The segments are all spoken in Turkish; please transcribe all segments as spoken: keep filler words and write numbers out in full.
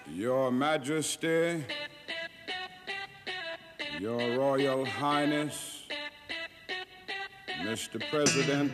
Your Majesty, Your Royal Highness, Mister President,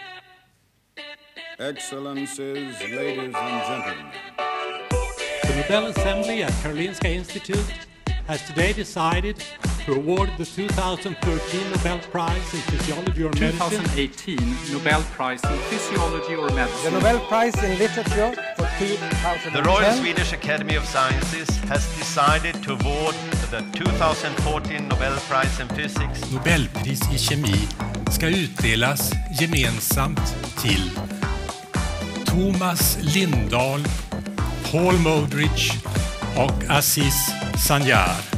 Excellencies, ladies and gentlemen. The Nobel Assembly at Karolinska Institute has today decided to award the two thousand thirteen Nobel Prize in Physiology or Medicine. twenty eighteen Nobel Prize in Physiology or Medicine. The Nobel Prize in Literature for two thousand ten. The Royal Swedish Academy of Sciences has decided to award the two thousand fourteen Nobel Prize in Physics. Nobelpris i kemi ska utdelas gemensamt till Thomas Lindahl, Paul Modrich och Aziz Sancar.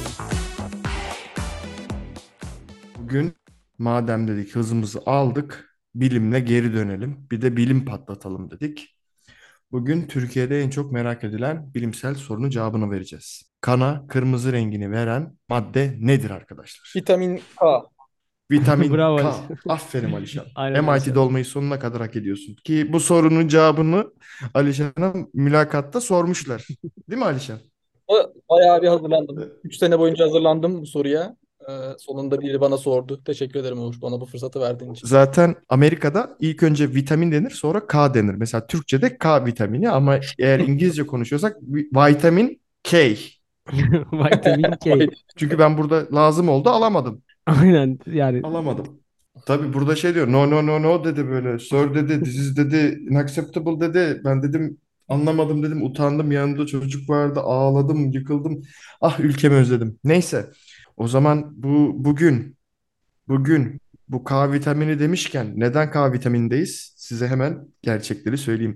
Bugün madem dedik hızımızı aldık, bilimle geri dönelim. Bir de bilim patlatalım dedik. Bugün Türkiye'de en çok merak edilen bilimsel sorunun cevabını vereceğiz. Kana kırmızı rengini veren madde nedir arkadaşlar? Vitamin K. Vitamin Bravo K. Alişan. Aferin Alişan. Aynen M I T'de Alişan. olmayı sonuna kadar hak ediyorsun. Ki bu sorunun cevabını Alişan'a mülakatta sormuşlar. Değil mi Alişan? Bayağı bir hazırlandım. Üç sene boyunca hazırlandım bu soruya. Ee, sonunda biri bana sordu. Teşekkür ederim Uğur, bana bu fırsatı verdiğin için. Zaten Amerika'da ilk önce vitamin denir, sonra K denir. Mesela Türkçe'de K vitamini ama eğer İngilizce konuşuyorsak vi- vitamin K. Vitamin K. Çünkü ben burada lazım oldu, alamadım. Aynen yani Alamadım. Tabii burada şey diyor. No no no no dedi böyle. Sir dedi. This is dedi. Unacceptable dedi. Ben dedim anlamadım dedim. Utandım. Yanımda çocuk vardı. Ağladım. Yıkıldım. Ah ülkemi özledim. Neyse. O zaman bu bugün bugün bu K vitamini demişken neden K vitamindeyiz? Size hemen gerçekleri söyleyeyim.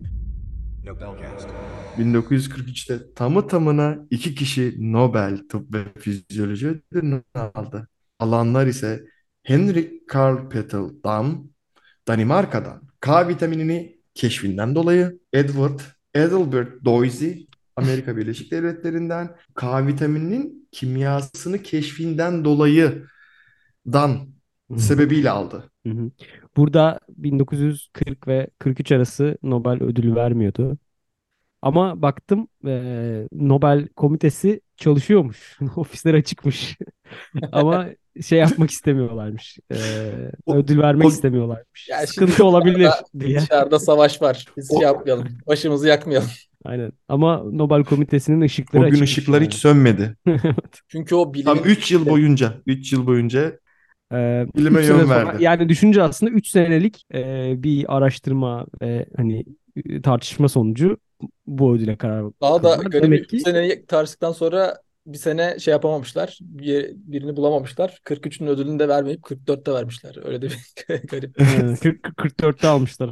bin dokuz yüz kırk üçte tamı tamına iki kişi Nobel Tıp ve Fizyoloji ödülünü aldı. Alanlar ise Henrik Karl Peter Dam, Danimarka'dan K vitaminini keşfinden dolayı, Edward Adelbert Doisy, Amerika Birleşik Devletleri'nden K vitamininin kimyasını keşfinden dolayı dan sebebiyle aldı. Hı hı. Burada bin dokuz yüz kırk ve kırk üç arası Nobel ödülü vermiyordu. Ama baktım eee, Nobel komitesi çalışıyormuş. Ofisler açıkmış. Ama şey yapmak istemiyorlarmış. Eee, O, ödül vermek o istemiyorlarmış. Yani şimdi Sıkıntı olabilir dışarıda, diye. dışarıda savaş var. Biz şey o, yapmayalım. Başımızı yakmayalım. Aynen. Ama Nobel komitesinin ışıkları o gün açıkmış ışıklar hiç yani. sönmedi. Çünkü o Tam bilimin üç yıl boyunca, üç yıl boyunca Ee, bilime üç sene yön sonra verdi. yani düşünce aslında üç senelik e, bir araştırma ve hani e, tartışma sonucu bu ödüle karar daha da kıldılar. garibi Demek üç ki seneyi tartıştıktan sonra bir sene şey yapamamışlar. Bir, birini bulamamışlar. kırk üçün ödülünü de vermeyip kırk dörtte vermişler. Öyle de bir garip. e, kırk kırk dörtte almışlar.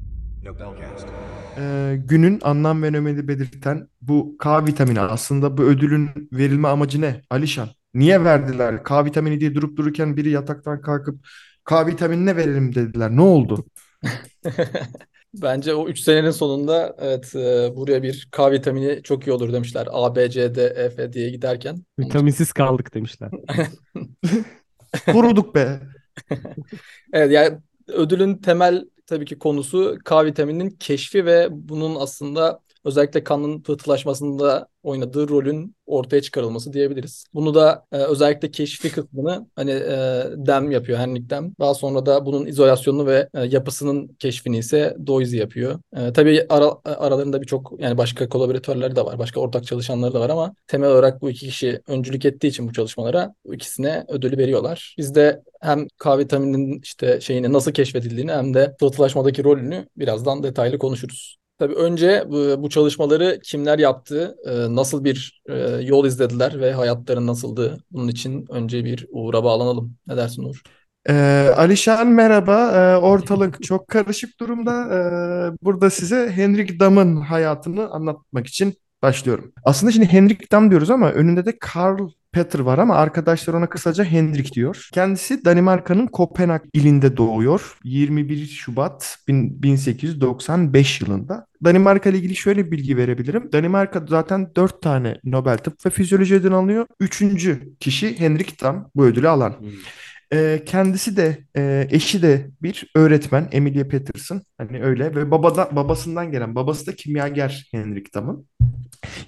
Ee, günün anlam ve önemini belirten bu K vitamini aslında bu ödülün verilme amacı ne? Alişan, niye verdiler? K vitamini diye durup dururken biri yataktan kalkıp K vitaminine verelim dediler. Ne oldu? Bence o üç senenin sonunda evet e, buraya bir K vitamini çok iyi olur demişler. A, B, C, D, E, F diye giderken. Onun için. Vitaminsiz kaldık demişler. Kuruduk be. Evet, yani ödülün temel tabii ki konusu K vitamininin keşfi ve bunun aslında özellikle kanın pıhtılaşmasında oynadığı rolün ortaya çıkarılması diyebiliriz. Bunu da e, özellikle keşfi kısmını hani e, Dam yapıyor, Henrik Dam. Daha sonra da bunun izolasyonunu ve e, yapısının keşfini ise Doisy yapıyor. E, tabii ara, aralarında birçok yani başka kolaboratörleri de var, başka ortak çalışanları da var ama temel olarak bu iki kişi öncülük ettiği için bu çalışmalara bu ikisine ödülü veriyorlar. Biz de hem K vitamininin işte şeyini nasıl keşfedildiğini hem de pıhtılaşmadaki rolünü birazdan detaylı konuşuruz. Tabii önce bu, bu çalışmaları kimler yaptı, e, nasıl bir e, yol izlediler ve hayatları nasıldı? Bunun için önce bir Uğur'a bağlanalım. Ne dersin Uğur? Ee, Alişan merhaba. Ee, ortalık çok karışık durumda. Ee, burada size Henrik Dam'ın hayatını anlatmak için başlıyorum. Aslında şimdi Henrik Dam diyoruz ama önünde de Karl Peter var ama arkadaşlar ona kısaca Henrik diyor. Kendisi Danimarka'nın Kopenhag ilinde doğuyor. yirmi bir Şubat bin sekiz yüz doksan beş yılında. Danimarka ile ilgili şöyle bir bilgi verebilirim. Danimarka zaten dört tane Nobel Tıp ve Fizyoloji ödülü alıyor. Üçüncü kişi Henrik Dam bu ödülü alan. Hmm. Ee, kendisi de e, eşi de bir öğretmen Emilia Peterson hani öyle ve babada babasından gelen babası da kimyager Henrik Dam'ın.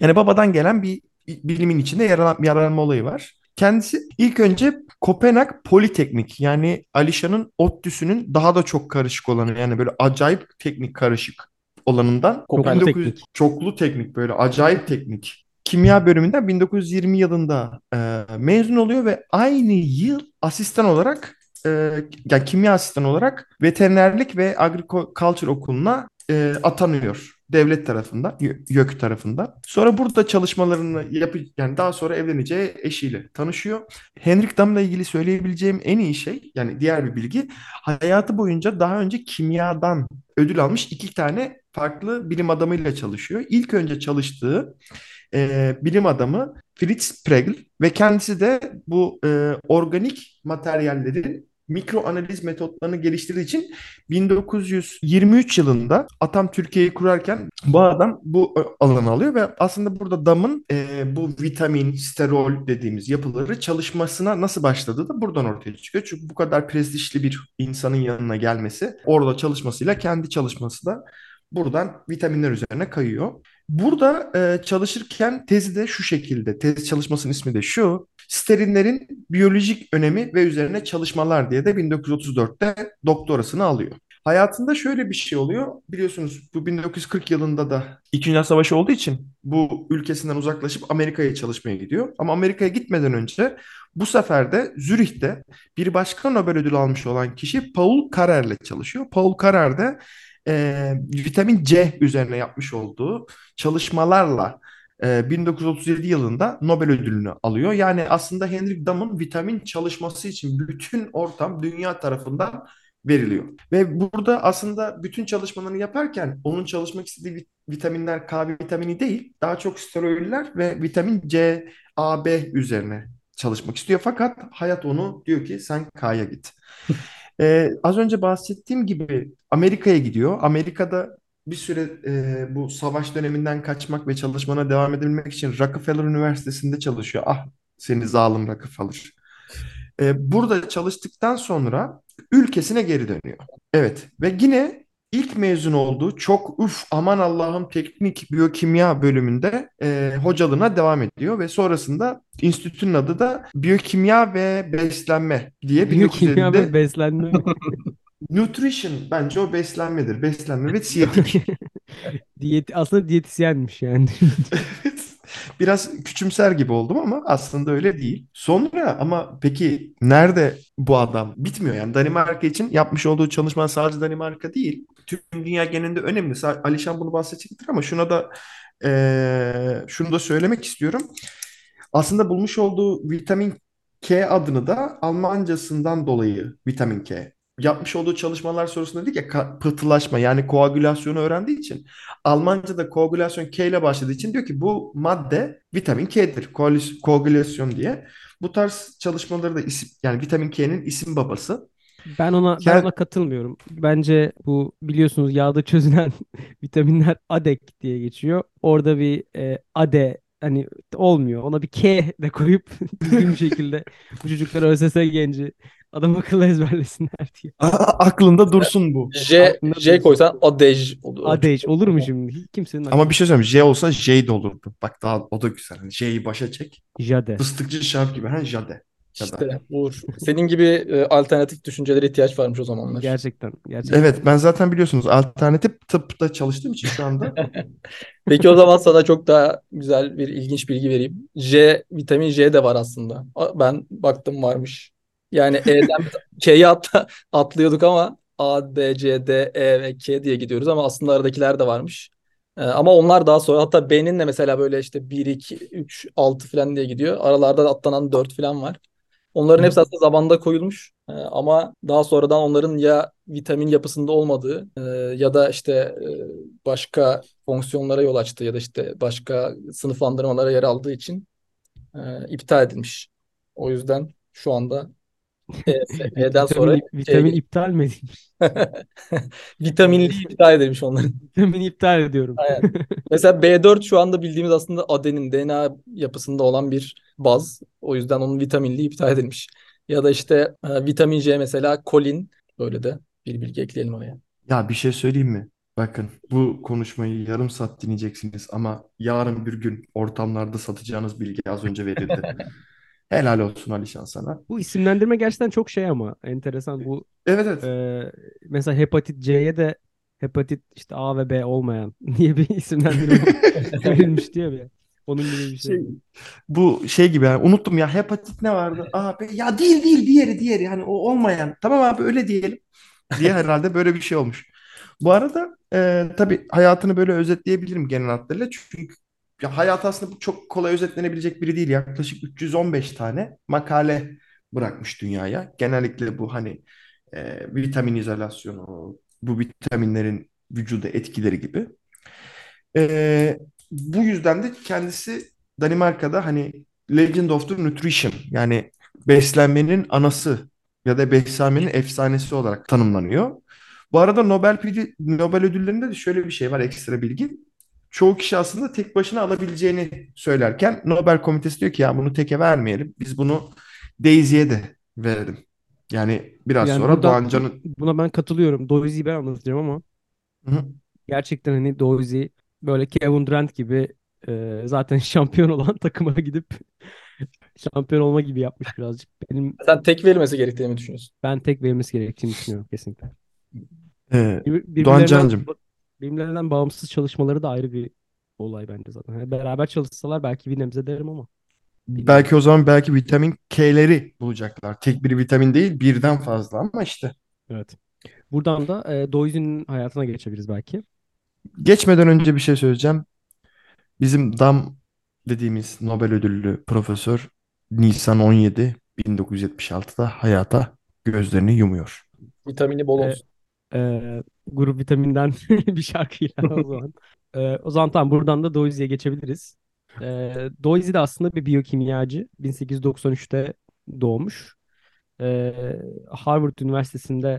Yani babadan gelen bir bilimin içinde yer, alan, yer alma olayı var. Kendisi ilk önce Kopenhag Politeknik, yani Alişan'ın ODTÜ'sünün daha da çok karışık olanı, yani böyle acayip teknik karışık olanından Kopenhag. Çoklu bin dokuz yüz teknik. çoklu teknik, böyle acayip teknik kimya bölümünden bin dokuz yüz yirmi yılında e, mezun oluyor ve aynı yıl asistan olarak e, yani kimya asistanı olarak veterinerlik ve agriculture okuluna e, atanıyor. Devlet tarafından, Y- YÖK tarafından. Sonra burada çalışmalarını yapı yani daha sonra evleneceği eşiyle tanışıyor. Henrik Dam'la ilgili söyleyebileceğim en iyi şey, yani diğer bir bilgi, hayatı boyunca daha önce kimyadan ödül almış iki tane farklı bilim adamıyla çalışıyor. İlk önce çalıştığı e, bilim adamı Fritz Pregel ve kendisi de bu e, organik materyallerin mikro analiz metotlarını geliştirdiği için bin dokuz yüz yirmi üç yılında Atam Türkiye'yi kurarken bu adam bu e, alanı alıyor ve aslında burada damın e, bu vitamin, sterol dediğimiz yapıları çalışmasına nasıl başladığı da buradan ortaya çıkıyor. Çünkü bu kadar prestijli bir insanın yanına gelmesi, orada çalışmasıyla kendi çalışması da buradan vitaminler üzerine kayıyor. Burada e, çalışırken tezi de şu şekilde, tez çalışmasının ismi de şu: Sterinlerin biyolojik önemi ve üzerine çalışmalar diye de bin dokuz yüz otuz dörtte doktorasını alıyor. Hayatında şöyle bir şey oluyor. Biliyorsunuz bu bin dokuz yüz kırk yılında da İkinci Dünya Savaşı olduğu için bu ülkesinden uzaklaşıp Amerika'ya çalışmaya gidiyor. Ama Amerika'ya gitmeden önce bu sefer de Zürih'te bir başka Nobel ödülü almış olan kişi Paul Karer'le çalışıyor. Paul Karer de e, vitamin C üzerine yapmış olduğu çalışmalarla e, bin dokuz yüz otuz yedi yılında Nobel ödülünü alıyor. Yani aslında Henrik Dam'ın vitamin çalışması için bütün ortam dünya tarafından veriliyor. Ve burada aslında bütün çalışmalarını yaparken onun çalışmak istediği vit- vitaminler K vitamini değil, daha çok steroidler ve vitamin C, A, B üzerine çalışmak istiyor. Fakat hayat onu diyor ki sen K'ya git. Ee, az önce bahsettiğim gibi Amerika'ya gidiyor. Amerika'da bir süre e, bu savaş döneminden kaçmak ve çalışmana devam edebilmek için Rockefeller Üniversitesi'nde çalışıyor. Ah, seni zalim Rockefeller. Ee, burada çalıştıktan sonra ülkesine geri dönüyor. Evet, ve yine ilk mezun olduğu çok uf aman Allah'ım teknik biyokimya bölümünde e, hocalığına devam ediyor ve sonrasında enstitünün adı da Biyokimya ve Beslenme diye Biyokimya ve bin dokuz yüz ellide beslenme mi? Nutrition, bence o beslenmedir. Beslenme ve siyatik. Diyet, aslında diyetisyenmiş yani. Evet. Biraz küçümser gibi oldum ama aslında öyle değil. Sonra ama peki nerede bu adam? Bitmiyor yani. Danimarka için yapmış olduğu çalışma sadece Danimarka değil. Tüm dünya genelinde önemli. Sa- Alişan bunu bahsedecektir ama şuna da eee, şunu da söylemek istiyorum. Aslında bulmuş olduğu vitamin K adını da Almancasından dolayı vitamin K. Yapmış olduğu çalışmalar sonrasında dedik ya, ka- pıhtılaşma yani koagülasyonu öğrendiği için Almanca'da koagülasyon K ile başladığı için diyor ki bu madde vitamin K'dir. Koalis- Koagülasyon diye. Bu tarz çalışmaları da isim, yani vitamin K'nin isim babası. Ben ona ben Ken- ona katılmıyorum. Bence bu biliyorsunuz yağda çözünen vitaminler ADEK diye geçiyor. Orada bir e, ADE hani olmuyor. Ona bir K de koyup düzgün bir şekilde bu çocuklar ÖSS genci adam akıllı ezberlesinler diye. A- aklında dursun bu. J, Aklında J dursun. koysan Adej olur. ADEş olur mu şimdi? Kimsenin Ama aklına. bir şey söyleyeyim. J olsa J de olurdu. Bak daha o da güzel. Yani J'yi başa çek. Jade. Fıstıkçı şarkı gibi. Ha, Jade. Ya da. İşte Uğur. Senin gibi e, alternatif düşüncelere ihtiyaç varmış o zamanlar. Gerçekten. Gerçekten. Evet, ben zaten biliyorsunuz alternatif tıpta çalıştığım için şu anda. Peki o zaman sana çok daha güzel bir ilginç bilgi vereyim. J, vitamin J de var aslında. A- Ben baktım varmış. Yani E'den K'yi atla, atlıyorduk ama A, B, C, D, E ve K diye gidiyoruz ama aslında aradakiler de varmış. Ee, ama onlar daha sonra hatta B'nin de mesela böyle işte bir, iki, üç, altı falan diye gidiyor. Aralarda atlanan dört falan var. Onların hepsi aslında zamanda koyulmuş. Ee, ama daha sonradan onların ya vitamin yapısında olmadığı e, ya da işte e, başka fonksiyonlara yol açtığı ya da işte başka sınıflandırmalara yer aldığı için e, iptal edilmiş. O yüzden şu anda E, E'den sonra Vitamin, C'ye vitamin geçmiş. iptal mi edilmiş? Vitaminliği iptal edilmiş onların. Vitamini iptal ediyorum. Aynen. Mesela B dört şu anda bildiğimiz aslında adenin D N A yapısında olan bir baz. O yüzden onun vitaminliği iptal edilmiş. Ya da işte e, vitamin C mesela kolin. Böyle de bir bilgi ekleyelim oraya. Ya bir şey söyleyeyim mi? Bakın bu konuşmayı yarım saat dinleyeceksiniz ama yarın bir gün ortamlarda satacağınız bilgi az önce verildi. Helal olsun Alişan sana. Bu isimlendirme gerçekten çok şey ama enteresan. Bu Evet, evet. e, mesela hepatit C'ye de hepatit işte A ve B olmayan diye bir isimlendirme verilmiş diye bir. Onun gibi bir şey. Şey, bu şey gibi yani unuttum ya, hepatit ne vardı? Abi ya, değil değil, diğeri diğeri, hani o olmayan. Tamam abi, öyle diyelim diye herhalde böyle bir şey olmuş. Bu arada e, tabii hayatını böyle özetleyebilirim genel hatlarıyla. Çünkü ya hayat aslında bu çok kolay özetlenebilecek biri değil. Yaklaşık üç yüz on beş tane makale bırakmış dünyaya. Genellikle bu hani e, vitamin izolasyonu, bu vitaminlerin vücuda etkileri gibi. E, Bu yüzden de kendisi Danimarka'da hani Legend of the Nutrition, yani beslenmenin anası ya da beslenmenin efsanesi olarak tanımlanıyor. Bu arada Nobel Piri- Nobel ödüllerinde de şöyle bir şey var, ekstra bilgi. Çoğu kişi aslında tek başına alabileceğini söylerken Nobel Komitesi diyor ki ya bunu teke vermeyelim. Biz bunu Daisy'ye de verelim. Yani biraz Yani sonra buradan Doğan Can'ın. buna ben katılıyorum. Doisy'yi ben anlatacağım ama Hı hı. gerçekten hani Doisy böyle Kevin Durant gibi e, zaten şampiyon olan takıma gidip şampiyon olma gibi yapmış birazcık. Benim Sen tek verilmesi gerektiğini mi düşünüyorsun? ben tek verilmesi gerektiğini düşünüyorum kesinlikle. Ee, Bir- Doğan Birbirlerinden Can'cığım. birbirlerinden bağımsız çalışmaları da ayrı bir olay bence zaten. Yani beraber çalışsalar belki bir nebze derim ama bilmiyorum. Belki o zaman belki vitamin K'leri bulacaklar. Tek bir vitamin değil, birden fazla, ama işte. Evet. Buradan da e, Doisy'nin hayatına geçebiliriz belki. Geçmeden önce bir şey söyleyeceğim. Bizim Dam dediğimiz Nobel ödüllü profesör Nisan on yedi bin dokuz yüz yetmiş altıda hayata gözlerini yumuyor. Vitamini bol E, olsun. e, Grup vitaminden bir şarkıyla o zaman. E, o zaman tamam, buradan da Doisy'ye geçebiliriz. E, Doisy de aslında bir biyokimyacı. bin sekiz yüz doksan üçte doğmuş. E, Harvard Üniversitesi'nde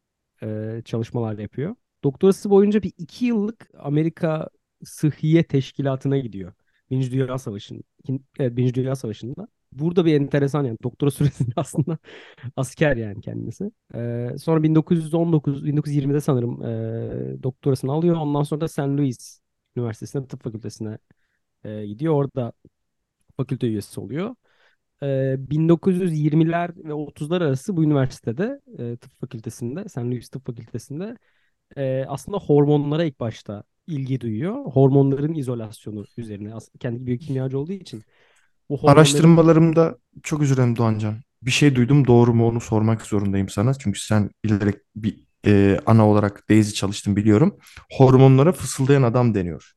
e, çalışmalar yapıyor. Doktorası boyunca bir iki yıllık Amerika Sıhhiye Teşkilatı'na gidiyor. Birinci Dünya Savaşı'nın, İkin- evet, Birinci Dünya Savaşı'nda. Burada bir enteresan, yani doktora süresinde aslında asker yani kendisi. Ee, sonra bin dokuz yüz on dokuz, bin dokuz yüz yirmide sanırım e, doktorasını alıyor. Ondan sonra da Saint Louis Üniversitesi'ne, tıp fakültesine e, gidiyor. Orada fakülte üyesi oluyor. Ee, bin dokuz yüz yirmiler ve otuzlar arası bu üniversitede e, tıp fakültesinde, Saint Louis Tıp Fakültesinde e, aslında hormonlara ilk başta ilgi duyuyor. Hormonların izolasyonu üzerine. Aslında kendi biyokimyacı olduğu için bu hormonların. Araştırmalarımda çok üzülürüm Doğancan. Bir şey duydum, doğru mu onu sormak zorundayım sana. Çünkü sen bilerek bir e, ana olarak Daisy çalıştın biliyorum. Hormonlara fısıldayan adam deniyor.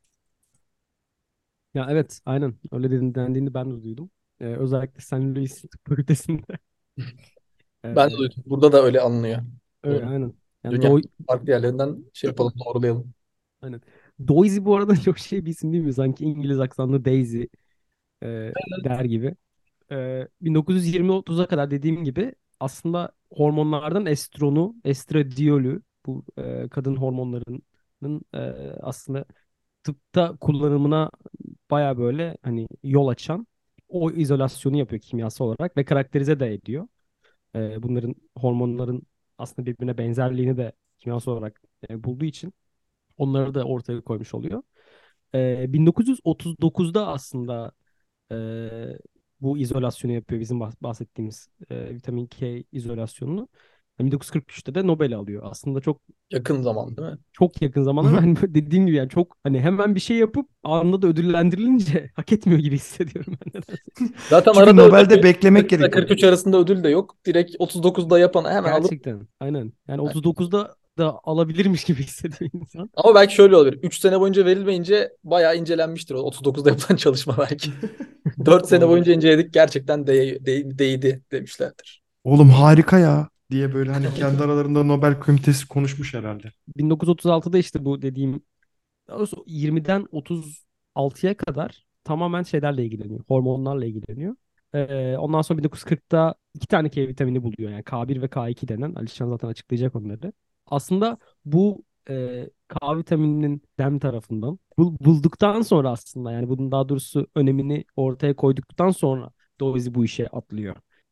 Ya evet, aynen öyle dedin, dendiğini ben de duydum. Ee, özellikle Saint Louis Tıp Fakültesinde. Ben de Ee, duydum. Burada da öyle anılıyor. öyle, Doğru. aynen. Yani Dünyanın Doğu, farklı yerlerinden şey yapalım, doğrulayalım. aynen. Doisy bu arada çok şey bir isim değil mi? Sanki İngiliz aksanlı Daisy e, der gibi. Ee, bin dokuz yüz yirmi otuza kadar dediğim gibi aslında hormonlardan estronu, estradiolü, bu e, kadın hormonlarının e, aslında tıpta kullanımına baya böyle hani yol açan o izolasyonu yapıyor kimyasal olarak ve karakterize de ediyor. E, bunların hormonların aslında birbirine benzerliğini de kimyasal olarak e, bulduğu için onları da ortaya koymuş oluyor. E, bin dokuz yüz otuz dokuzda aslında e, bu izolasyonu yapıyor, bizim bah- bahsettiğimiz e, vitamin K izolasyonunu. bin dokuz yüz kırk üçte de Nobel alıyor. Aslında çok Yakın zaman değil mi? çok yakın Hı zamanda ve hı. hani böyle dediğim gibi yani çok hani hemen bir şey yapıp anında da ödüllendirilince hak etmiyor gibi hissediyorum ben nedense. Zaten Çünkü arada ödül Nobel'de yok. beklemek kırk ile gerekiyor. kırk üç arasında ödül de yok. Direkt otuz dokuzda yapan hemen alıp. Gerçekten aynen. Yani otuz dokuzda da alabilirmiş gibi hissediyor insan. Ama belki şöyle olabilir. üç sene boyunca verilmeyince bayağı incelenmiştir o otuz dokuzda yapılan çalışma belki. dört sene Olabilir. boyunca inceledik, gerçekten değ değ değdi demişlerdir. Oğlum harika ya diye böyle hani kendi aralarında Nobel Komitesi konuşmuş herhalde. bin dokuz yüz otuz altıda işte bu dediğim, daha doğrusu yirmiden otuz altıya kadar tamamen şeylerle ilgileniyor. Hormonlarla ilgileniyor. Ee, ondan sonra bin dokuz yüz kırkta iki tane K vitamini buluyor. Yani K bir ve K iki denen. Alişan zaten açıklayacak onları. Aslında bu e, K vitamininin dem tarafından bul- bulduktan sonra, aslında yani bunun daha doğrusu önemini ortaya koyduktan sonra Doisy bu işe atlıyor.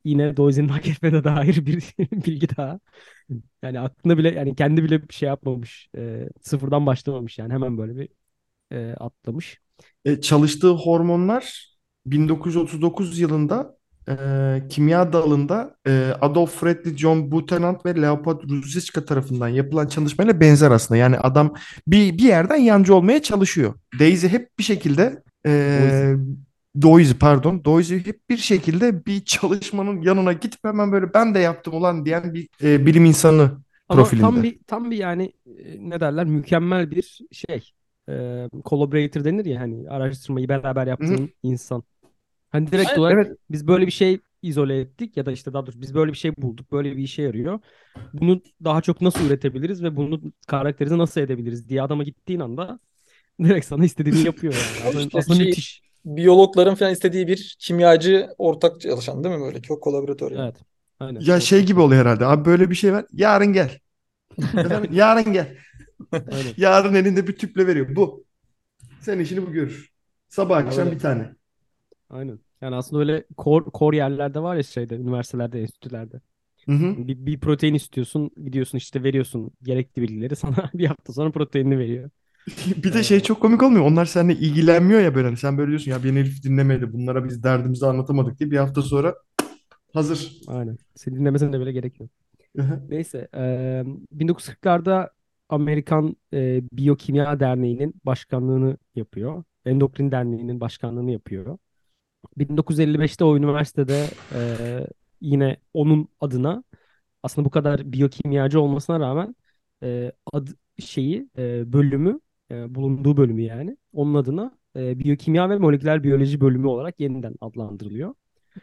yine Doise'nin hak etmediğine dair bir bilgi daha. Yani aklında bile yani kendi bile bir şey yapmamış. E, sıfırdan başlamamış yani hemen böyle bir e, atlamış. E, çalıştığı hormonlar bin dokuz yüz otuz dokuz yılında e, kimya dalında e, Adolf Fredli, John Butenandt ve Leopold Ruzicka tarafından yapılan çalışmayla benzer aslında. Yani adam bir bir yerden yancı olmaya çalışıyor. Daisy hep bir şekilde Doise. e, Doisy pardon. Doisy hep bir şekilde bir çalışmanın yanına gidip hemen böyle ben de yaptım ulan diyen bir e, bilim insanı Ama tam profilinde. bir tam bir yani e, ne derler mükemmel bir şey. E, collaborator denir ya hani araştırmayı beraber Hı hı. yaptığın insan. Hani direkt Aynen. olarak Evet. biz böyle bir şey izole ettik ya da işte daha doğrusu biz böyle bir şey bulduk. Böyle bir işe yarıyor. Bunu daha çok nasıl üretebiliriz ve bunu karakterize nasıl edebiliriz diye adama gittiğin anda direkt sana istediğini yapıyor yani. O Aslında, işte aslında şey, müthiş. biyologların falan istediği bir kimyacı ortak çalışan değil mi böyle? Çok kolaboratör yani. Evet. Aynen. Ya şey Ortak gibi oluyor herhalde. Abi böyle bir şey var. Yarın gel. Efendim yarın gel. aynen. Yarın elinde bir tüple veriyor. Bu. Sen işini bu görür. Sabah Ya akşam böyle bir tane. Aynen. Yani aslında öyle core, core yerlerde var ya şeyde, üniversitelerde, enstitülerde. Hı hı. Bir, bir protein istiyorsun, gidiyorsun işte veriyorsun gerekli bilgileri sana bir hafta sonra proteinini veriyor. Bir de şey Ee, çok komik olmuyor. Onlar seninle ilgilenmiyor ya böyle. Hani sen böyle diyorsun ya beni herif dinlemedi. Bunlara biz derdimizi anlatamadık diye. Bir hafta sonra hazır. aynen. Seni dinlemesine de bile gerek yok. Hı hı. Neyse, eee, bin dokuz yüz kırklarda Amerikan eee, Biyokimya Derneği'nin başkanlığını yapıyor. Endokrin Derneği'nin başkanlığını yapıyor. bin dokuz yüz elli beşte o üniversitede eee, yine onun adına aslında bu kadar biyokimyacı olmasına rağmen eee ad şeyi eee, bölümü eee, bulunduğu bölümü yani onun adına eee, biyokimya ve moleküler biyoloji bölümü olarak yeniden adlandırılıyor.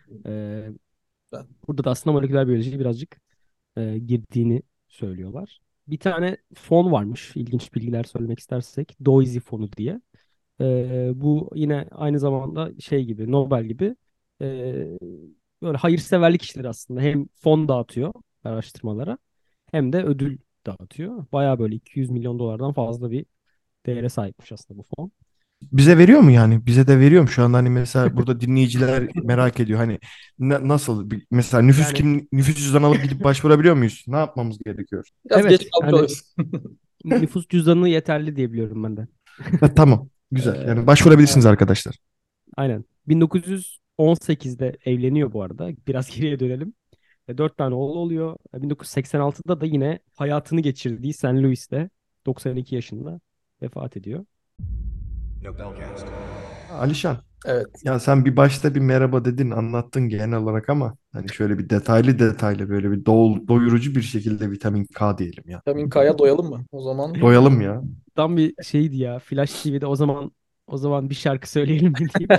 Eee, burada da aslında moleküler biyoloji birazcık e, girdiğini söylüyorlar. Bir tane fon varmış, ilginç bilgiler söylemek istersek. Doisy fonu diye. E, bu yine aynı zamanda şey gibi, Nobel gibi e, böyle hayırseverlik işleri aslında. Hem fon dağıtıyor araştırmalara hem de ödül dağıtıyor. Bayağı böyle iki yüz milyon dolardan fazla bir değere sahipmiş aslında bu fon. Bize veriyor mu yani? Bize de veriyor mu? Şu anda hani mesela burada dinleyiciler merak ediyor. Hani na- nasıl? Bir- Mesela nüfus Yani kim nüfus cüzdanı alıp gidip başvurabiliyor muyuz? Ne yapmamız gerekiyor? biraz geç evet kalmış hani olabilir. nüfus cüzdanı yeterli diye biliyorum ben de. Ha, tamam. Güzel. E, Yani başvurabilirsiniz arkadaşlar. Aynen. bin dokuz yüz on sekizde evleniyor bu arada. Biraz geriye dönelim. E, Dört tane oğlu oluyor. E, bin dokuz yüz seksen altıda da yine hayatını geçirdiği Saint Louis'te doksan iki yaşında vefat ediyor. Alişan. Evet. Ya sen bir başta bir merhaba dedin, anlattın genel olarak ama hani şöyle bir detaylı detaylı böyle bir do doyurucu bir şekilde vitamin K diyelim ya. Vitamin K'ya doyalım mı? O zaman Doyalım ya. Tam bir şeydi ya. Flash T V'de o zaman o zaman bir şarkı söyleyelim mi deyip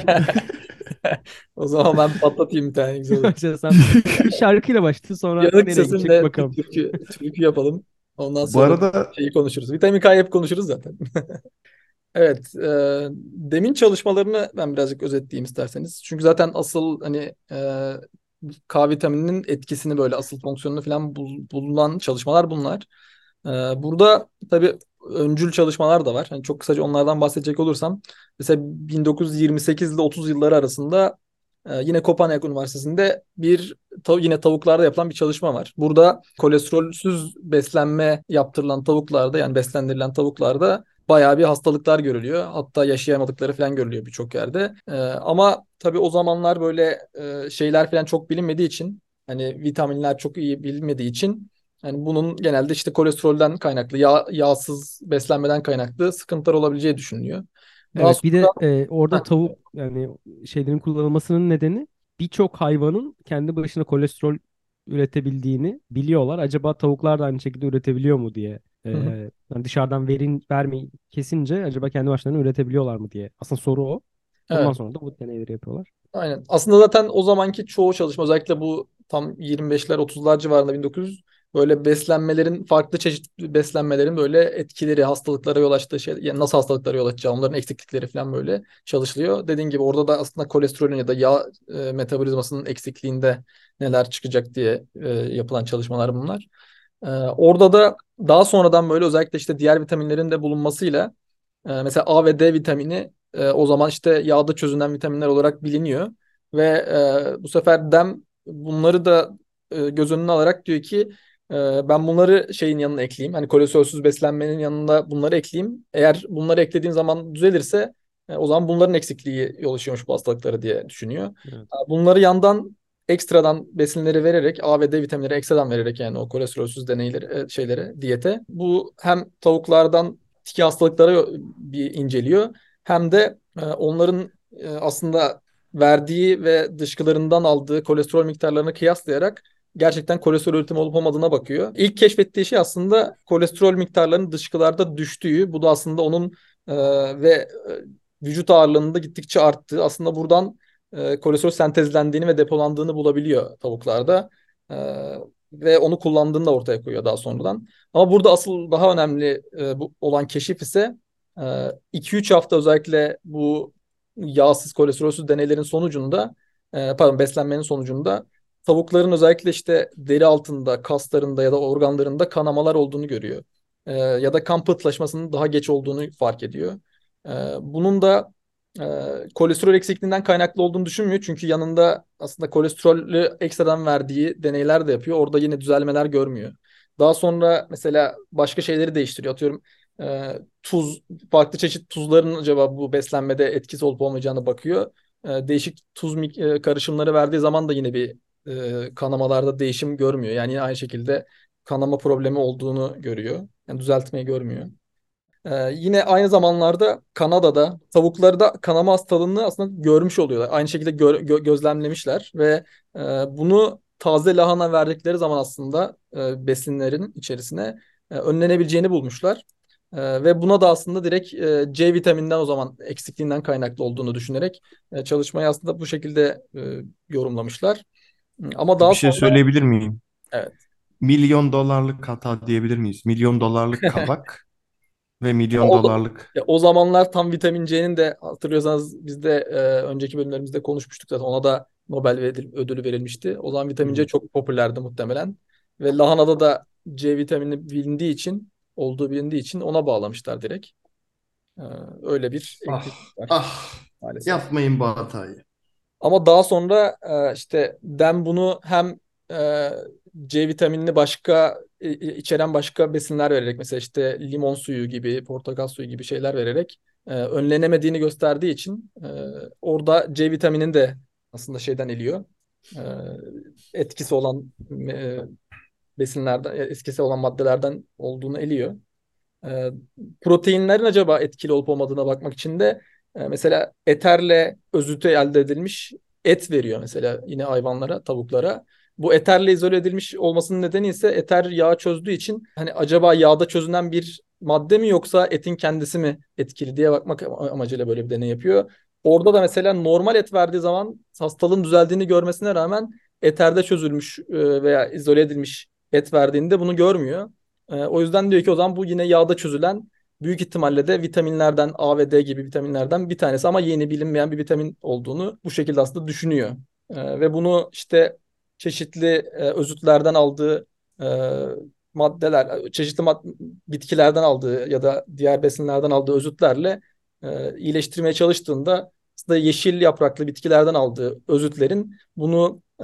o zaman ben patlatayım bir tane güzel olur. başlasam. Sen bir şarkıyla başla sonra Yanık nereye gidecek sesimle bakalım. türkü, türkü yapalım. Ondan Bu sonra arada şeyi konuşuruz. Vitamin K'yı hep konuşuruz zaten. Evet, e, demin çalışmalarını ben birazcık özetleyeyim isterseniz. Çünkü zaten asıl hani e, K vitamininin etkisini böyle asıl fonksiyonunu falan bul- bulunan çalışmalar bunlar. E, burada tabii öncül çalışmalar da var. Hani çok kısaca onlardan bahsedecek olursam, mesela bin dokuz yüz yirmi sekiz ile otuz yılları arasında e, yine Kopenhag Üniversitesi'nde bir tav- yine tavuklarda yapılan bir çalışma var. Burada kolesterolsüz beslenme yaptırılan tavuklarda yani beslendirilen tavuklarda bayağı bir hastalıklar görülüyor. Hatta yaşayamadıkları falan görülüyor birçok yerde. Ee, ama tabii o zamanlar böyle e, şeyler falan çok bilinmediği için hani vitaminler çok iyi bilinmediği için hani bunun genelde işte kolesterolden kaynaklı, yağ, yağsız beslenmeden kaynaklı sıkıntılar olabileceği düşünülüyor. Daha Evet bir sonra de e, orada ha, tavuk yani şeylerin kullanılmasının nedeni birçok hayvanın kendi başına kolesterol üretebildiğini biliyorlar. Acaba tavuklar da aynı şekilde üretebiliyor mu diye. E, hı hı. yani dışarıdan verin vermeyi kesince acaba kendi başlarına üretebiliyorlar mı diye. Aslında soru o. Ondan Evet. sonra da bu deneyleri yapıyorlar. Aynen. Aslında zaten o zamanki çoğu çalışma özellikle bu tam yirmi beşler otuzlar civarında bin dokuz yüz böyle beslenmelerin farklı çeşit beslenmelerin böyle etkileri hastalıklara yol açtığı şey yani nasıl hastalıklara yol açacağı onların eksiklikleri falan böyle çalışılıyor. Dediğin gibi orada da aslında kolesterolün ya da yağ e, metabolizmasının eksikliğinde neler çıkacak diye e, yapılan çalışmalar bunlar. E, orada da daha sonradan böyle özellikle işte diğer vitaminlerin de bulunmasıyla e, mesela A ve D vitamini e, o zaman işte yağda çözünen vitaminler olarak biliniyor ve e, bu sefer dem bunları da e, göz önüne alarak diyor ki e, ben bunları şeyin yanına ekleyeyim. Hani kolesterolsüz beslenmenin yanında bunları ekleyeyim. Eğer bunları eklediğim zaman düzelirse e, o zaman bunların eksikliği yol açıyormuş bu hastalıklara diye düşünüyor. Evet. Bunları yandan ekstradan besinleri vererek A ve D vitaminleri ekstradan vererek yani o kolesterolsüz deneyleri e, şeylere diyete bu hem tavuklardan tiki hastalıkları bir inceliyor hem de e, onların e, aslında verdiği ve dışkılarından aldığı kolesterol miktarlarını kıyaslayarak gerçekten kolesterol üretimi olup olmadığına bakıyor. İlk keşfettiği şey aslında kolesterol miktarlarının dışkılarda düştüğü. Bu da aslında onun e, ve e, vücut ağırlığının da gittikçe arttığı. Aslında buradan e, kolesterol sentezlendiğini ve depolandığını bulabiliyor tavuklarda. E, ve onu kullandığını da ortaya koyuyor daha sonradan. Ama burada asıl daha önemli e, bu olan keşif ise iki üç hafta özellikle bu yağsız kolesterolsüz deneylerin sonucunda e, pardon beslenmenin sonucunda tavukların özellikle işte deri altında, kaslarında ya da organlarında kanamalar olduğunu görüyor. E, ya da kan pıhtılaşmasının daha geç olduğunu fark ediyor. E, bunun da e, kolesterol eksikliğinden kaynaklı olduğunu düşünmüyor. Çünkü yanında aslında kolesterolü ekstradan verdiği deneyler de yapıyor. Orada yine düzelmeler görmüyor. Daha sonra mesela başka şeyleri değiştiriyor. Atıyorum e, tuz, farklı çeşit tuzların acaba bu beslenmede etkisi olup olmayacağına bakıyor. E, değişik tuz mik- e, karışımları verdiği zaman da yine bir e, kanamalarda değişim görmüyor. Yani yine aynı şekilde kanama problemi olduğunu görüyor. Yani düzeltmeyi görmüyor. Ee, yine aynı zamanlarda Kanada'da tavuklarda kanama hastalığını aslında görmüş oluyorlar. Aynı şekilde gö- gö- gözlemlemişler ve e, bunu taze lahana verdikleri zaman aslında e, besinlerin içerisine e, önlenebileceğini bulmuşlar. E, ve buna da aslında direkt e, C vitamininden o zaman eksikliğinden kaynaklı olduğunu düşünerek e, çalışmayı aslında bu şekilde e, yorumlamışlar. Ama daha Bir şey sonra söyleyebilir miyim? evet. Milyon dolarlık hata diyebilir miyiz? Milyon dolarlık kavak ve milyon O, dolarlık. ya o zamanlar tam vitamin C'nin de hatırlıyorsanız biz de e, önceki bölümlerimizde konuşmuştuk zaten. Ona da Nobel veril- ödülü verilmişti. O zaman vitamin C Hmm. çok popülerdi muhtemelen. Ve lahanada da C vitamini bilindiği için, olduğu bilindiği için ona bağlamışlar direkt. E, öyle bir Ah, eksiklik var ah, maalesef. yapmayın bu hatayı. Ama daha sonra e, işte den bunu hem e, C vitaminini başka e, e, içeren başka besinler vererek mesela işte limon suyu gibi, portakal suyu gibi şeyler vererek e, önlenemediğini gösterdiği için e, orada C vitaminin de aslında şeyden eliyor. E, etkisi olan e, besinlerden, etkisi olan maddelerden olduğunu eliyor. E, proteinlerin acaba etkili olup olmadığına bakmak için de e, mesela eterle özütü elde edilmiş et veriyor mesela yine hayvanlara, tavuklara. Bu eterle izole edilmiş olmasının nedeni ise eter yağı çözdüğü için hani acaba yağda çözünen bir madde mi yoksa etin kendisi mi etkili diye bakmak amacıyla böyle bir deney yapıyor. Orada da mesela normal et verdiği zaman hastalığın düzeldiğini görmesine rağmen eterde çözülmüş e, veya izole edilmiş et verdiğinde bunu görmüyor. Ee, o yüzden diyor ki o zaman bu yine yağda çözülen büyük ihtimalle de vitaminlerden A ve D gibi vitaminlerden bir tanesi ama yeni bilinmeyen bir vitamin olduğunu bu şekilde aslında düşünüyor. Ee, ve bunu işte çeşitli e, özütlerden aldığı e, maddeler, çeşitli mad- bitkilerden aldığı ya da diğer besinlerden aldığı özütlerle e, iyileştirmeye çalıştığında aslında yeşil yapraklı bitkilerden aldığı özütlerin bunu e,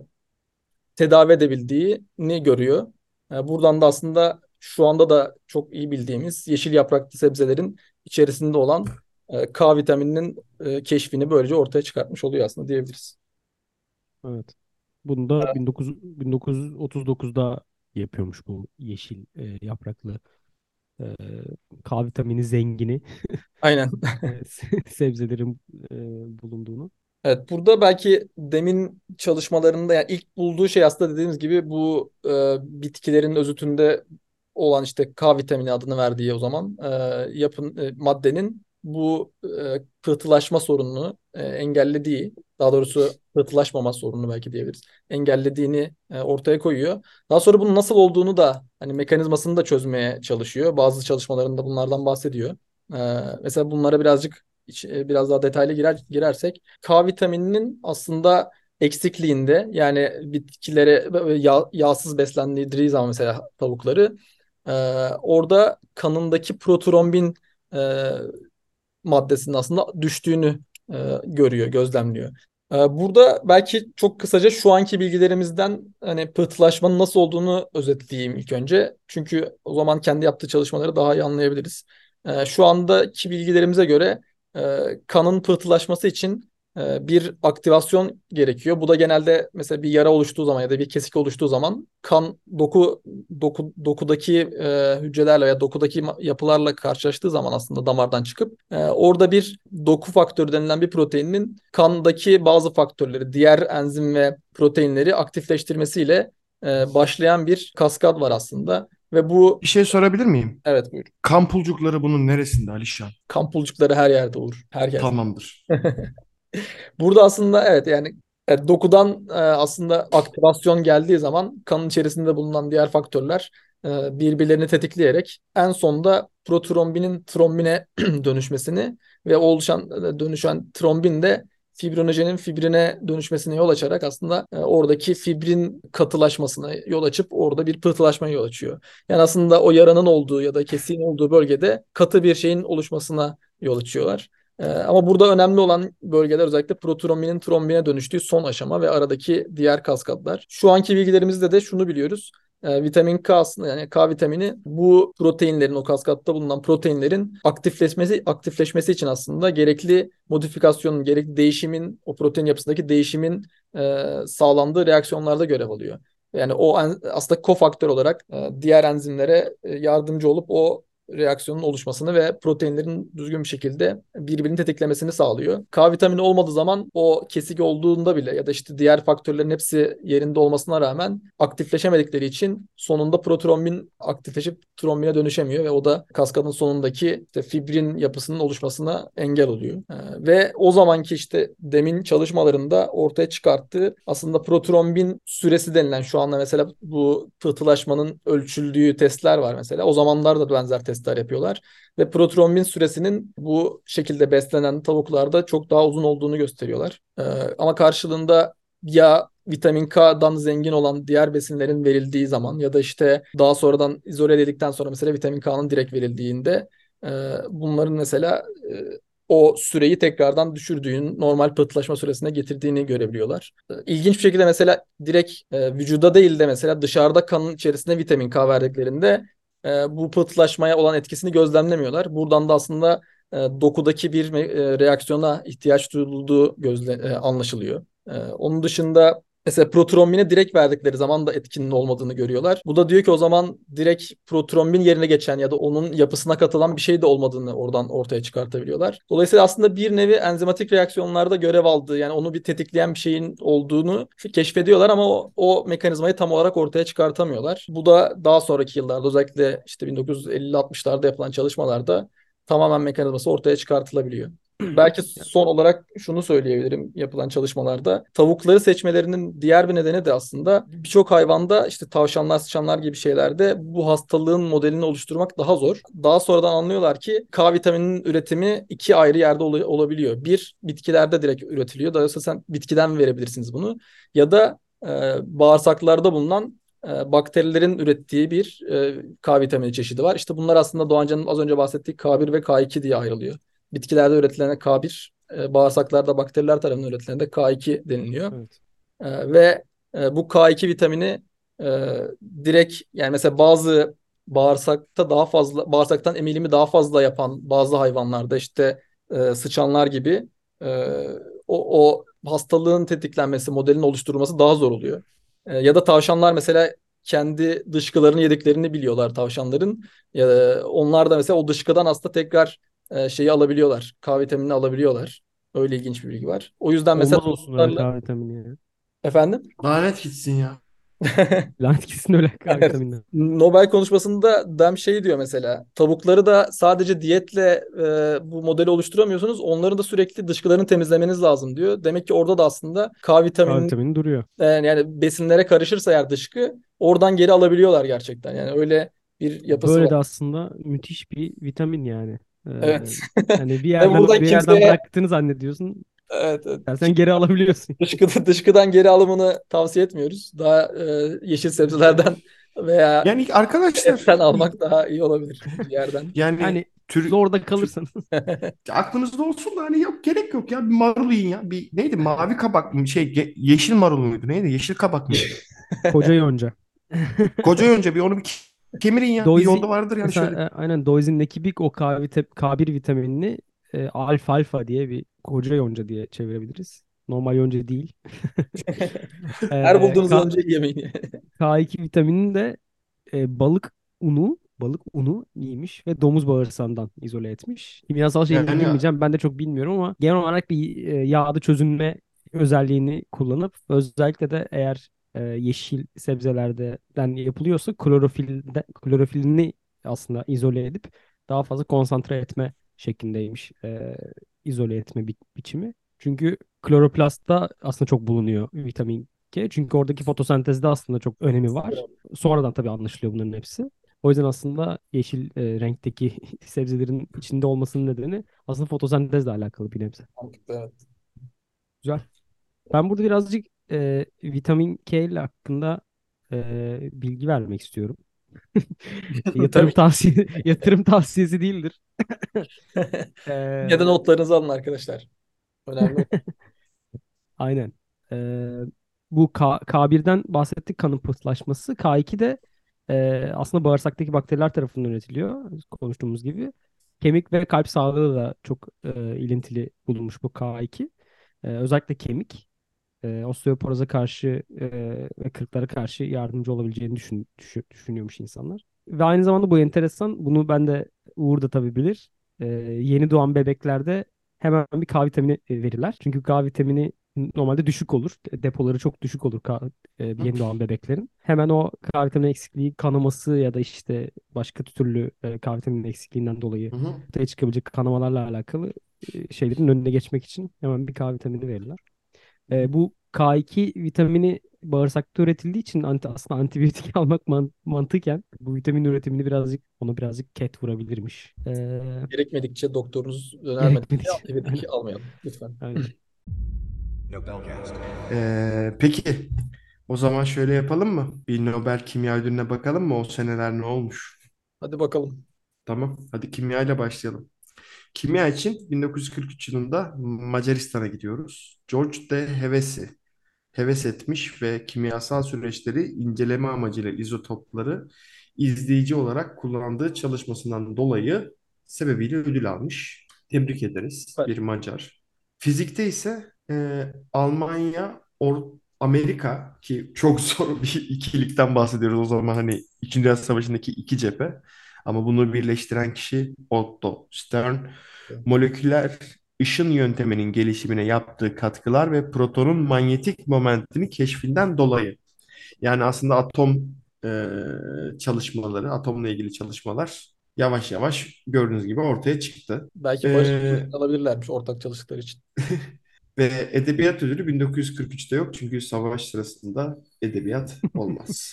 tedavi edebildiğini görüyor. E, Buradan da aslında şu anda da çok iyi bildiğimiz yeşil yapraklı sebzelerin içerisinde olan e, K vitamininin e, keşfini böylece ortaya çıkartmış oluyor aslında diyebiliriz. Evet. Bunu da bin dokuz yüz bin dokuz yüz otuz dokuzda yapıyormuş bu yeşil e, yapraklı e, K vitamini zengini Aynen. e, se- sebzelerin e, bulunduğunu. Evet, burada belki demin çalışmalarında yani ilk bulduğu şey aslında dediğimiz gibi bu e, bitkilerin özütünde olan işte K vitamini adını verdiği o zaman e, yapın e, maddenin bu e, pıhtılaşma sorununu e, engellediği, daha doğrusu pıhtılaşmama sorununu belki diyebiliriz, engellediğini e, ortaya koyuyor. Daha sonra bunun nasıl olduğunu da hani mekanizmasını da çözmeye çalışıyor. Bazı çalışmalarında bunlardan bahsediyor. E, mesela bunlara birazcık iç- e, biraz daha detaylı girer, girersek K vitamininin aslında eksikliğinde yani bitkilere böyle yağ, yağsız beslendiği zaman mesela tavukları e, orada kanındaki protrombin e, maddesinin aslında düştüğünü e, görüyor, gözlemliyor. Ee, Burada belki çok kısaca şu anki bilgilerimizden hani pıhtılaşmanın nasıl olduğunu özetleyeyim ilk önce. Çünkü o zaman kendi yaptığı çalışmaları daha iyi anlayabiliriz. Ee, Şu andaki bilgilerimize göre e, kanın pıhtılaşması için e, bir aktivasyon gerekiyor. Bu da genelde mesela bir yara oluştuğu zaman ya da bir kesik oluştuğu zaman kan doku, doku dokudaki e, hücrelerle ya dokudaki ma- yapılarla karşılaştığı zaman aslında damardan çıkıp e, orada bir doku faktörü denilen bir proteinin kandaki bazı faktörleri, diğer enzim ve proteinleri aktifleştirmesiyle e, başlayan bir kaskad var aslında. Ve bu Bir şey sorabilir miyim? evet buyur. Kan pulcukları bunun neresinde Alişan? Kan pulcukları her yerde olur. Her yerde. Tamamdır. Burada aslında evet yani e, dokudan e, aslında aktivasyon geldiği zaman kanın içerisinde bulunan diğer faktörler e, birbirlerini tetikleyerek en sonunda protrombinin trombine dönüşmesini ve oluşan e, dönüşen trombin de fibrinojenin fibrine dönüşmesine yol açarak aslında e, oradaki fibrin katılaşmasına yol açıp orada bir pıhtılaşmaya yol açıyor. Yani aslında o yaranın olduğu ya da kesiğin olduğu bölgede katı bir şeyin oluşmasına yol açıyorlar. Ee, ama burada önemli olan bölgeler özellikle protrombinin trombine dönüştüğü son aşama ve aradaki diğer kaskadlar. Şu anki bilgilerimizde de şunu biliyoruz. Ee, vitamin K aslında yani K vitamini bu proteinlerin o kaskatta bulunan proteinlerin aktifleşmesi aktifleşmesi için aslında gerekli modifikasyonun, gerekli değişimin o protein yapısındaki değişimin e, sağlandığı reaksiyonlarda görev alıyor. Yani o en- aslında kofaktör olarak e, diğer enzimlere e, yardımcı olup o reaksiyonun oluşmasını ve proteinlerin düzgün bir şekilde birbirini tetiklemesini sağlıyor. K vitamini olmadığı zaman o kesik olduğunda bile ya da işte diğer faktörlerin hepsi yerinde olmasına rağmen aktifleşemedikleri için sonunda protrombin aktifleşip trombine dönüşemiyor ve o da kaskadın sonundaki işte fibrin yapısının oluşmasına engel oluyor. Ee, ve o zamanki işte demin çalışmalarında ortaya çıkarttığı aslında protrombin süresi denilen şu anda mesela bu pıhtılaşmanın ölçüldüğü testler var mesela. O zamanlar da benzer testler yapıyorlar. Ve protrombin süresinin bu şekilde beslenen tavuklarda çok daha uzun olduğunu gösteriyorlar. Ee, ama karşılığında ya vitamin K'dan zengin olan diğer besinlerin verildiği zaman ya da işte daha sonradan izole edildikten sonra mesela vitamin K'nın direkt verildiğinde e, bunların mesela e, o süreyi tekrardan düşürdüğün normal pıhtılaşma süresine getirdiğini görebiliyorlar. E, İlginç bir şekilde mesela direkt e, vücuda değil de mesela dışarıda kanın içerisinde vitamin K verdiklerinde e, bu pıhtılaşmaya olan etkisini gözlemlemiyorlar. Buradan da aslında e, dokudaki bir e, reaksiyona ihtiyaç duyulduğu gözle, e, anlaşılıyor. E, onun dışında mesela protrombine direkt verdikleri zaman da etkinin olmadığını görüyorlar. Bu da diyor ki o zaman direkt protrombin yerine geçen ya da onun yapısına katılan bir şey de olmadığını oradan ortaya çıkartabiliyorlar. Dolayısıyla aslında bir nevi enzimatik reaksiyonlarda görev aldığı yani onu bir tetikleyen bir şeyin olduğunu keşfediyorlar ama o, o mekanizmayı tam olarak ortaya çıkartamıyorlar. Bu da daha sonraki yıllarda özellikle işte bin dokuz yüz elli altmışlarda yapılan çalışmalarda tamamen mekanizması ortaya çıkartılabiliyor. Belki son olarak şunu söyleyebilirim yapılan çalışmalarda. Tavukları seçmelerinin diğer bir nedeni de aslında birçok hayvanda işte tavşanlar, sıçanlar gibi şeylerde bu hastalığın modelini oluşturmak daha zor. Daha sonradan anlıyorlar ki K vitamininin üretimi iki ayrı yerde ol- olabiliyor. Bir, bitkilerde direkt üretiliyor. Dolayısıyla sen bitkiden verebilirsiniz bunu. Ya da e, bağırsaklarda bulunan e, bakterilerin ürettiği bir e, K vitamini çeşidi var. İşte bunlar aslında Doğancan'ın az önce bahsettiği K bir ve K iki diye ayrılıyor. Bitkilerde üretilene K bir, e, bağırsaklarda bakteriler tarafından üretilene de K iki deniliyor. Evet. E, ve e, bu K iki vitamini e, direkt yani mesela bazı bağırsakta daha fazla bağırsaktan emilimi daha fazla yapan bazı hayvanlarda işte e, sıçanlar gibi e, o, o hastalığın tetiklenmesi, modelin oluşturulması daha zor oluyor. E, ya da tavşanlar mesela kendi dışkılarını yediklerini biliyorlar tavşanların. Ya da onlar da mesela o dışkıdan aslında tekrar e, şeyi alabiliyorlar. K vitaminini alabiliyorlar. Öyle ilginç bir bilgi var. O yüzden mesela Olmaz olsun öyle tavuklarla K vitamini ya. efendim Lanet gitsin ya. Lanet gitsin öyle K evet. vitaminden. Nobel konuşmasında Dem şey diyor mesela tavukları da sadece diyetle e, bu modeli oluşturamıyorsunuz. Onların da sürekli dışkılarını temizlemeniz lazım diyor. Demek ki orada da aslında K K vitamini vitamini duruyor. e, yani besinlere karışırsa eğer dışkı oradan geri alabiliyorlar gerçekten. Yani öyle bir yapısı Böyle var. de aslında müthiş bir vitamin yani. Ee, Evet. hani bir Ve yerden buradan bir yerden kimseye bıraktığını zannediyorsun. evet, evet. Sen geri alabiliyorsun. Dışkıda, dışkıdan geri alımını tavsiye etmiyoruz. Daha e, yeşil sebzelerden veya Yani arkadaşlar etten almak daha iyi olabilir bir yerden. yani Yani Tür, Zorda tür- kalırsanız. aklınızda olsun da hani yok gerek yok ya. Bir marul yiyin ya. Bir neydi? Mavi kabak mı? Şey ge- yeşil marul muydu? Neydi? Yeşil kabak mıydı? Koca yonca. Koca önce bir onu bir ke- kemirin ya. Bir Doizi yolda vardır yani mesela şöyle. e, aynen Doizi'nin ekibik o K, vita- K bir vitaminini e, alfa alfa diye bir koca yonca diye çevirebiliriz. Normal yonca değil. Her E, bulduğunuz K, önce yemeyin. K iki vitaminini de e, balık unu, balık unu iyiymiş ve domuz bağırsağından izole etmiş. Kimyasal şeyine Yani girmeyeceğim. Ben de çok bilmiyorum ama genel olarak bir e, yağda çözünme özelliğini kullanıp özellikle de eğer e, yeşil sebzelerden yapılıyorsa klorofilde, klorofilini aslında izole edip daha fazla konsantre etme şeklindeymiş e, izole etme bi- biçimi. Çünkü kloroplastta aslında çok bulunuyor vitamin K. Çünkü oradaki fotosentezde aslında çok önemi var. Sonradan tabii anlaşılıyor bunların hepsi. O yüzden aslında yeşil e, renkteki sebzelerin içinde olmasının nedeni aslında fotosentezle alakalı bir nebze. Mantıklı, evet. Güzel. Ben burada birazcık e, vitamin K ile hakkında e, bilgi vermek istiyorum. Yatırım Tabii. tavsiye yatırım tavsiyesi değildir. Yine de E, notlarınızı alın arkadaşlar. Önemli olan. aynen. E, bu K, K1'den bahsettik, kanın pıhtılaşması. K iki de e, aslında bağırsaktaki bakteriler tarafından üretiliyor. Konuştuğumuz gibi. Kemik ve kalp sağlığı da çok e, ilintili bulunmuş bu K iki. E, özellikle kemik e, osteoporoza karşı e, ve kırıklara karşı yardımcı olabileceğini düşün, düşü- düşünüyormuş insanlar. Ve aynı zamanda bu enteresan. Bunu ben de Uğur da tabii bilir. E, yeni doğan bebeklerde hemen bir K vitamini e, verirler. Çünkü K vitamini normalde düşük olur. Depoları çok düşük olur K, e, yeni doğan bebeklerin. Hemen o K vitamini eksikliği kanaması ya da işte başka türlü e, K vitamini eksikliğinden dolayı hı hı. ortaya çıkabilecek kanamalarla alakalı e, şeylerin önüne geçmek için hemen bir K vitamini verirler. E, bu K iki vitamini bağırsakta üretildiği için anti, aslında antibiyotik almak man- mantıken bu vitamin üretimini birazcık ona birazcık ket vurabilirmiş. E, Gerekmedikçe doktorunuz önermedikçe gerekmedikçe. antibiyotik Aynen. almayalım lütfen. Aynen. Ee, peki o zaman şöyle yapalım mı? Bir Nobel Kimya Ödülü'ne bakalım mı? O seneler ne olmuş? Hadi bakalım. Tamam. Hadi kimya ile başlayalım. Kimya için bin dokuz yüz kırk üç yılında Macaristan'a gidiyoruz. George de Heves'i heves etmiş ve kimyasal süreçleri inceleme amacıyla izotopları izleyici olarak kullandığı çalışmasından dolayı sebebiyle ödül almış. Tebrik ederiz. Süper. Bir Macar. Fizikte ise e, Almanya, Or Amerika ki çok zor bir ikilikten bahsediyoruz o zaman hani İkinci Dünya Savaşı'ndaki iki cephe. Ama bunu birleştiren kişi Otto Stern. Moleküler ışın yönteminin gelişimine yaptığı katkılar ve protonun manyetik momentini keşfinden dolayı. Yani aslında atom e, çalışmaları, atomla ilgili çalışmalar yavaş yavaş gördüğünüz gibi ortaya çıktı. Belki barış E, ödülünü alabilirlermiş ortak çalıştıkları için. ve edebiyat ödülü bin dokuz yüz kırk üçte yok çünkü savaş sırasında edebiyat olmaz.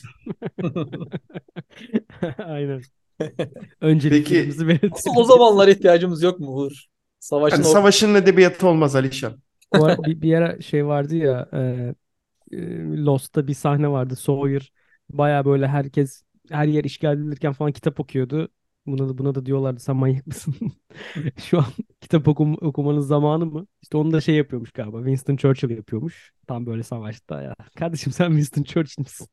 Aynen. Peki Önceliklerimizi Asıl o belirtebiliriz. zamanlar ihtiyacımız yok mu Uğur? Savaşın hani or savaşın edebiyatı olmaz Alişan. Bu ara- bir, bir ara şey vardı ya e, e, Lost'ta bir sahne vardı. Sawyer baya böyle herkes her yer işgal edilirken falan kitap okuyordu. Buna da, buna da diyorlardı sen manyak mısın? Şu an kitap okum, okumanın zamanı mı? İşte onu da şey yapıyormuş galiba. Winston Churchill yapıyormuş. Tam böyle savaşta ya. Kardeşim sen Winston Churchill misin?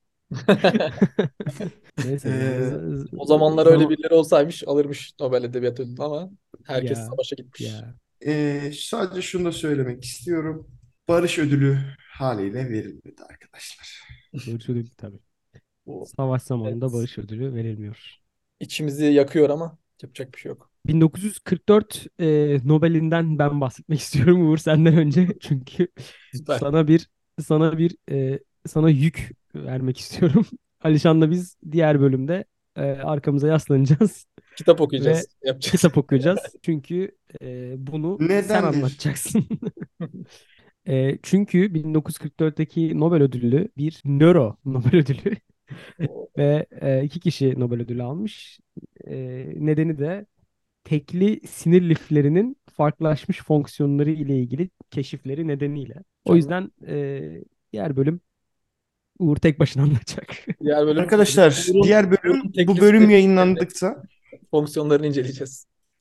Neyse. E, z- z- O zamanlar öyle zaman birileri olsaymış alırmış Nobel Edebiyat Ödülünü ama herkes ya savaşa gitmiş. ya Ee, sadece şunu da söylemek istiyorum. Barış ödülü haliyle verilmedi arkadaşlar. barış ödülü tabii. Bu, Savaş zamanında evet, barış ödülü verilmiyor. içimizi yakıyor ama yapacak bir şey yok. bin dokuz yüz kırk dört e, Nobel'inden ben bahsetmek istiyorum Uğur senden önce. Çünkü Süper. sana bir sana bir e, sana yük vermek istiyorum. Alişan'la biz diğer bölümde e, arkamıza yaslanacağız Kitap ve okuyacağız. Yapacağız. kitap okuyacağız. Çünkü e, bunu sen Nedendir? anlatacaksın. E, çünkü bin dokuz yüz kırk dörtteki Nobel ödüllü bir nöro Nobel ödülü ve e, iki kişi Nobel ödülü almış. E, nedeni de tekli sinir liflerinin farklılaşmış fonksiyonları ile ilgili keşifleri nedeniyle. O Mükemmel. yüzden e, diğer bölüm Uğur tek başına anlatacak. Diğer bölüm Arkadaşlar Uğur'un, diğer bölüm Uğur'un bu tekli bölüm sinir yayınlandıkça fonksiyonlarını inceleyeceğiz.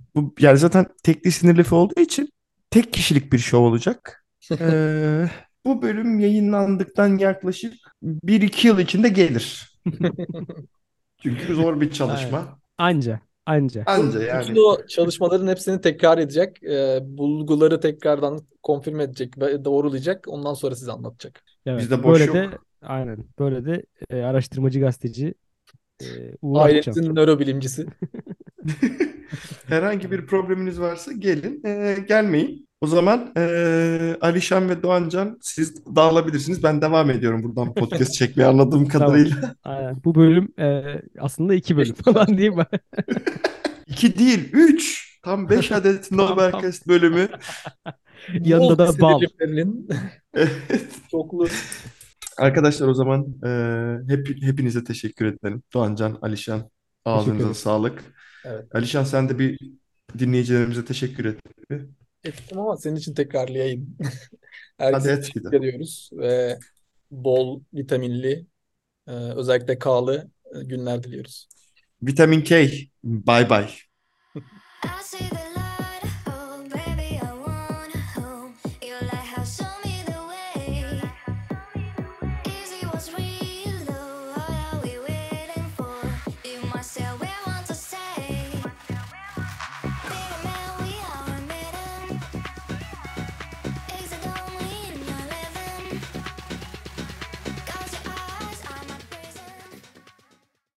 Bu yani zaten tekli sinirli F olduğu için tek kişilik bir şov olacak. Ee, bu bölüm yayınlandıktan yaklaşık bir iki yıl içinde gelir. Çünkü zor bir Aynen. çalışma. Anca. Anca. Anca Bütün yani. o çalışmaların hepsini tekrar edecek. e, bulguları tekrardan konfirme edecek ve doğrulayacak. Ondan sonra size anlatacak. Evet. Bizde boş Böyle de yok. aynen. Böyle de e, araştırmacı gazeteci e, Uğur Akçam. Ailenizin nörobilimcisi. Herhangi bir probleminiz varsa gelin, ee, gelmeyin. O zaman ee, Alişan ve Doğancan siz dağılabilirsiniz. Ben devam ediyorum buradan podcast çekmeye anladığım Tamam. kadarıyla. Aynen. Bu bölüm e, aslında iki bölüm falan değil mi? İki değil, üç. Tam beş adet Tamam, Nobelcast bölümü. Yanında da Multi bal. sinirlilerinin Evet. çoklu. Arkadaşlar o zaman ee, hep, hepinize teşekkür ederim. Doğancan, Alişan Teşekkür ağzınıza ederim. sağlık. Evet. Alişan sen de bir dinleyicilerimize teşekkür et. Ettim ama senin için tekrarlayayım. Hadi Herkese et bir teşekkür de. ediyoruz ve bol vitaminli, e, özellikle K'lı e, günler diliyoruz. Vitamin K. Bye bye. I see the